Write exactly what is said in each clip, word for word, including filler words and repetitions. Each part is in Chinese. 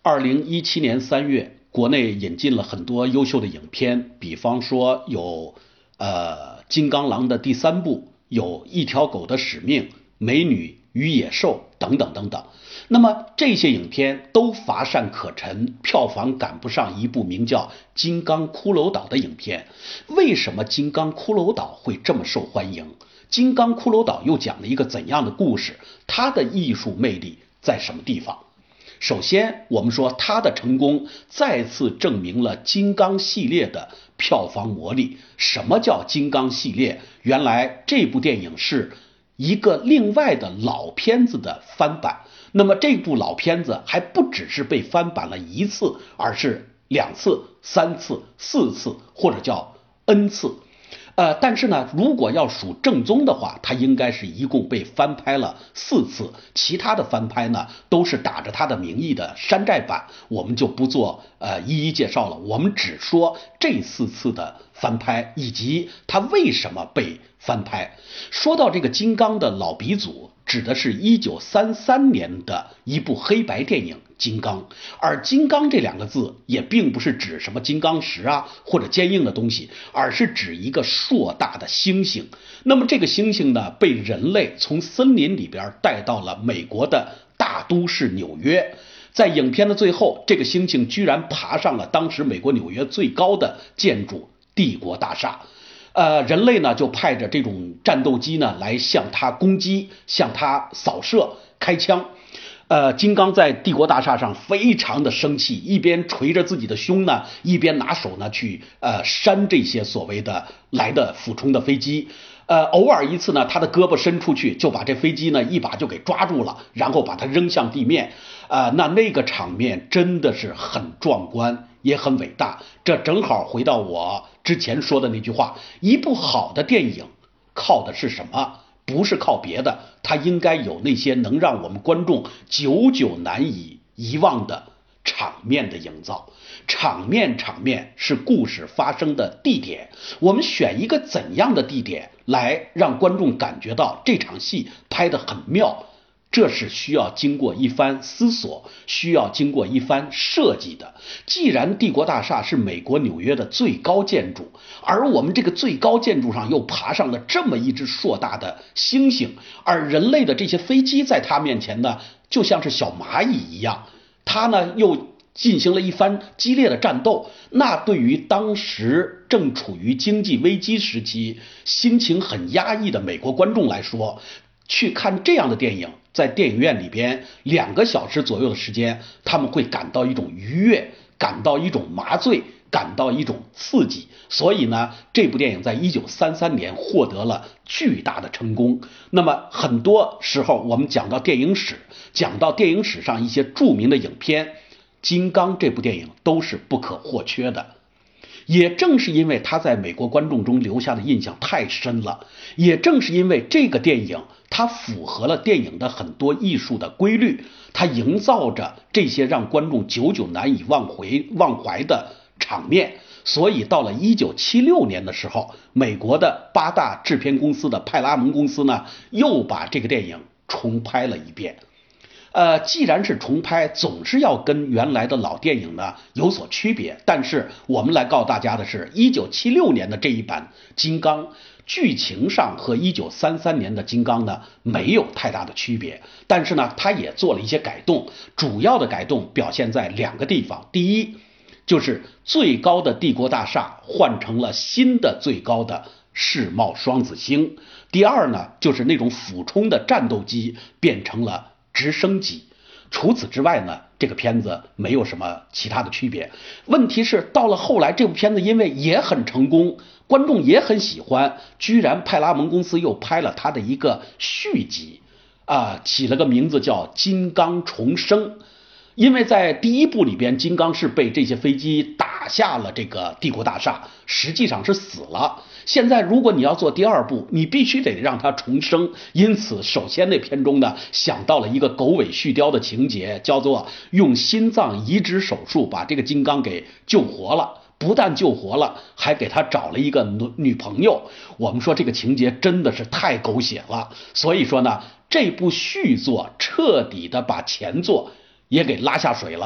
二零一七年三月，国内引进了很多优秀的影片，比方说有呃金刚狼的第三部，有一条狗的使命、美女与野兽等等等等。那么这些影片都乏善可陈，票房赶不上一部名叫《金刚骷髅岛》的影片。为什么《金刚骷髅岛》会这么受欢迎？《金刚骷髅岛》又讲了一个怎样的故事？它的艺术魅力在什么地方？首先，我们说它的成功再次证明了金刚系列的票房魔力。什么叫金刚系列？原来这部电影是一个另外的老片子的翻版。那么这部老片子还不只是被翻版了一次，而是两次、三次、四次，或者叫 N 次。呃，但是呢，如果要数正宗的话，它应该是一共被翻拍了四次，其他的翻拍呢都是打着它的名义的山寨版，我们就不做呃一一介绍了，我们只说这四次的翻拍以及它为什么被翻拍。说到这个金刚的老鼻祖，指的是一九三三年的一部黑白电影《金刚》，而金刚这两个字也并不是指什么金刚石啊或者坚硬的东西，而是指一个硕大的猩猩。那么这个猩猩呢，被人类从森林里边带到了美国的大都市纽约。在影片的最后，这个猩猩居然爬上了当时美国纽约最高的建筑帝国大厦。呃，人类呢就派着这种战斗机呢来向它攻击，向它扫射、开枪。呃，金刚在帝国大厦上非常的生气，一边捶着自己的胸呢，一边拿手呢去呃扇这些所谓的来的俯冲的飞机。呃，偶尔一次呢，他的胳膊伸出去，就把这飞机呢一把就给抓住了，然后把它扔向地面。呃，那那个场面真的是很壮观，也很伟大。这正好回到我之前说的那句话，一部好的电影靠的是什么？不是靠别的，它应该有那些能让我们观众久久难以遗忘的场面的营造。场面场面是故事发生的地点，我们选一个怎样的地点来让观众感觉到这场戏拍得很妙，这是需要经过一番思索，需要经过一番设计的。既然帝国大厦是美国纽约的最高建筑，而我们这个最高建筑上又爬上了这么一只硕大的猩猩，而人类的这些飞机在它面前呢，就像是小蚂蚁一样，它呢又进行了一番激烈的战斗。那对于当时正处于经济危机时期、心情很压抑的美国观众来说，去看这样的电影，在电影院里边两个小时左右的时间，他们会感到一种愉悦，感到一种麻醉，感到一种刺激。所以呢，这部电影在一九三三年获得了巨大的成功。那么很多时候我们讲到电影史，讲到电影史上一些著名的影片，金刚这部电影都是不可或缺的。也正是因为他在美国观众中留下的印象太深了，也正是因为这个电影它符合了电影的很多艺术的规律，它营造着这些让观众久久难以忘回忘怀的场面。所以到了一九七六年的时候，美国的八大制片公司的派拉蒙公司呢，又把这个电影重拍了一遍。呃，既然是重拍，总是要跟原来的老电影呢有所区别。但是我们来告诉大家的是，一九七六年的这一版金刚，剧情上和一九三三年的金刚呢没有太大的区别，但是呢，它也做了一些改动。主要的改动表现在两个地方，第一，就是最高的帝国大厦换成了新的最高的世贸双子星；第二呢，就是那种俯冲的战斗机变成了直升机。除此之外呢，这个片子没有什么其他的区别。问题是到了后来，这部片子因为也很成功，观众也很喜欢，居然派拉蒙公司又拍了它的一个续集啊，起了个名字叫《金刚重生》。因为在第一部里边，金刚是被这些飞机打下了这个帝国大厦，实际上是死了。现在如果你要做第二部，你必须得让它重生。因此首先那片中呢，想到了一个狗尾续貂的情节，叫做用心脏移植手术把这个金刚给救活了。不但救活了，还给他找了一个女朋友。我们说这个情节真的是太狗血了。所以说呢，这部续作彻底的把前作也给拉下水了。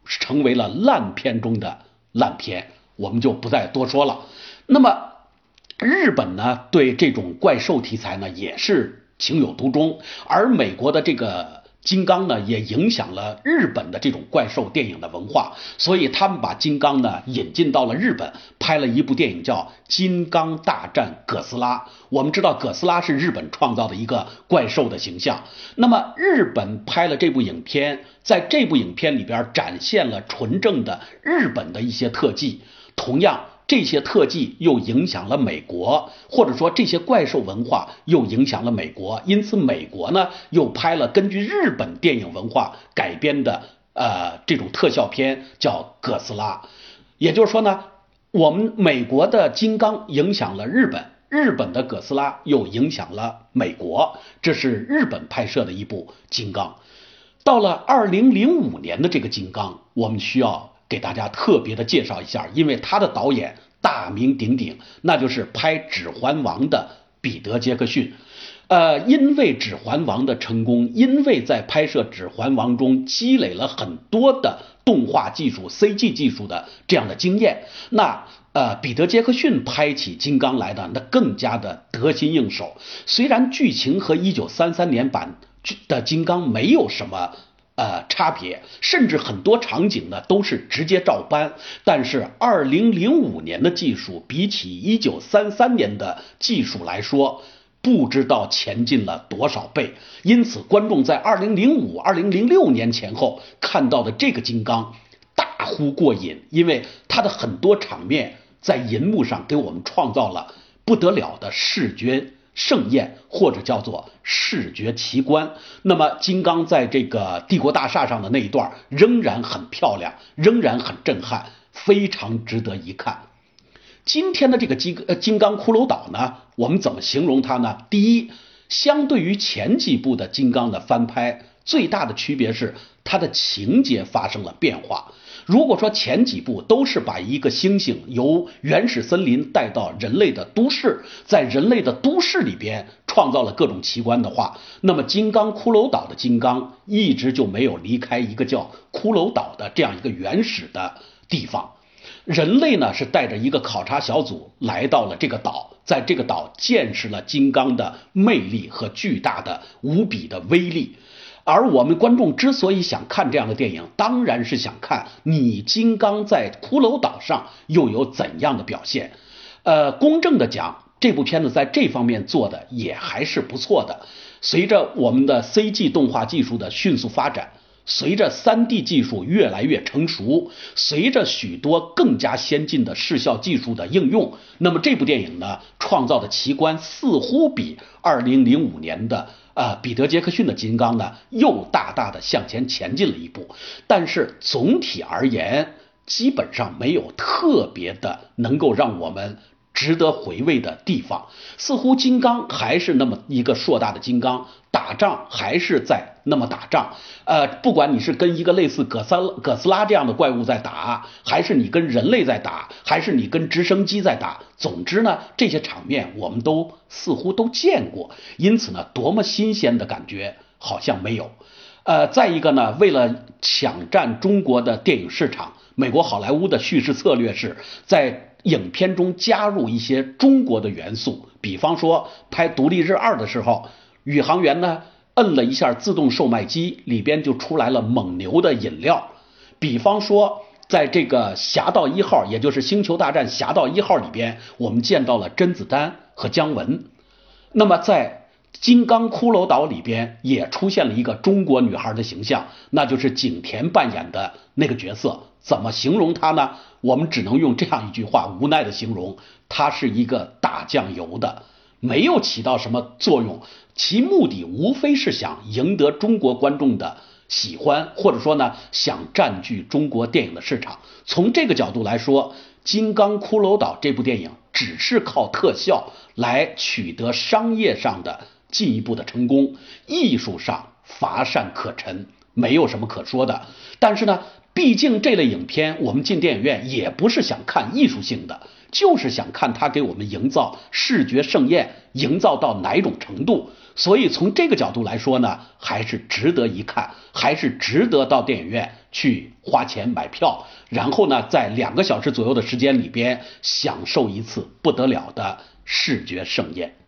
成为了烂片中的烂片，我们就不再多说了。那么日本呢，对这种怪兽题材呢也是情有独钟，而美国的这个金刚呢也影响了日本的这种怪兽电影的文化，所以他们把金刚呢引进到了日本，拍了一部电影叫《金刚大战哥斯拉》。我们知道哥斯拉是日本创造的一个怪兽的形象，那么日本拍了这部影片，在这部影片里边展现了纯正的日本的一些特技，同样这些特技又影响了美国，或者说这些怪兽文化又影响了美国，因此美国呢又拍了根据日本电影文化改编的呃这种特效片叫哥斯拉。也就是说呢，我们美国的金刚影响了日本，日本的哥斯拉又影响了美国，这是日本拍摄的一部金刚。到了二零零五年的这个金刚，我们需要给大家特别的介绍一下，因为他的导演大名鼎鼎，那就是拍《指环王》的彼得·杰克逊。呃，因为《指环王》的成功，因为在拍摄《指环王》中积累了很多的动画技术、C G 技术的这样的经验，那呃，彼得·杰克逊拍起金刚来的那更加的得心应手。虽然剧情和一九三三年版的金刚没有什么呃，差别，甚至很多场景呢都是直接照搬，但是二零零五年的技术比起一九三三年的技术来说，不知道前进了多少倍。因此观众在二零零五、二零零六年前后看到的这个金刚大呼过瘾，因为它的很多场面在银幕上给我们创造了不得了的视觉盛宴，或者叫做视觉奇观。那么金刚在这个帝国大厦上的那一段仍然很漂亮，仍然很震撼，非常值得一看。今天的这个金呃金刚骷髅岛呢，我们怎么形容它呢？第一，相对于前几部的金刚的翻拍，最大的区别是它的情节发生了变化。如果说前几部都是把一个猩猩由原始森林带到人类的都市，在人类的都市里边创造了各种奇观的话，那么金刚骷髅岛的金刚一直就没有离开一个叫骷髅岛的这样一个原始的地方。人类呢是带着一个考察小组来到了这个岛，在这个岛见识了金刚的魅力和巨大的无比的威力。而我们观众之所以想看这样的电影，当然是想看你金刚在骷髅岛上又有怎样的表现。呃，公正的讲，这部片子在这方面做的也还是不错的。随着我们的 C G 动画技术的迅速发展，随着 三 D 技术越来越成熟，随着许多更加先进的视效技术的应用，那么这部电影呢，创造的奇观似乎比二零零五年的呃彼得·杰克逊的金刚呢又大大的向前前进了一步。但是总体而言，基本上没有特别的能够让我们值得回味的地方。似乎金刚还是那么一个硕大的金刚，打仗还是在那么打仗。呃，不管你是跟一个类似哥斯拉哥斯拉这样的怪物在打，还是你跟人类在打，还是你跟直升机在打，总之呢，这些场面我们都似乎都见过，因此呢，多么新鲜的感觉好像没有。呃，再一个呢，为了抢占中国的电影市场，美国好莱坞的叙事策略是在影片中加入一些中国的元素，比方说拍《独立日二》的时候，宇航员呢摁了一下自动售卖机，里边就出来了蒙牛的饮料。比方说在这个侠盗一号，也就是星球大战侠盗一号里边，我们见到了甄子丹和姜文。那么在金刚骷髅岛里边也出现了一个中国女孩的形象，那就是景甜扮演的那个角色。怎么形容她呢？我们只能用这样一句话无奈的形容，她是一个打酱油的，没有起到什么作用，其目的无非是想赢得中国观众的喜欢，或者说呢想占据中国电影的市场。从这个角度来说，金刚骷髅岛这部电影只是靠特效来取得商业上的进一步的成功，艺术上乏善可陈，没有什么可说的。但是呢，毕竟这类影片我们进电影院也不是想看艺术性的， 就是想看他给我们营造视觉盛宴，营造到哪种程度。所以从这个角度来说呢，还是值得一看，还是值得到电影院去花钱买票，然后呢，在两个小时左右的时间里边，享受一次不得了的视觉盛宴。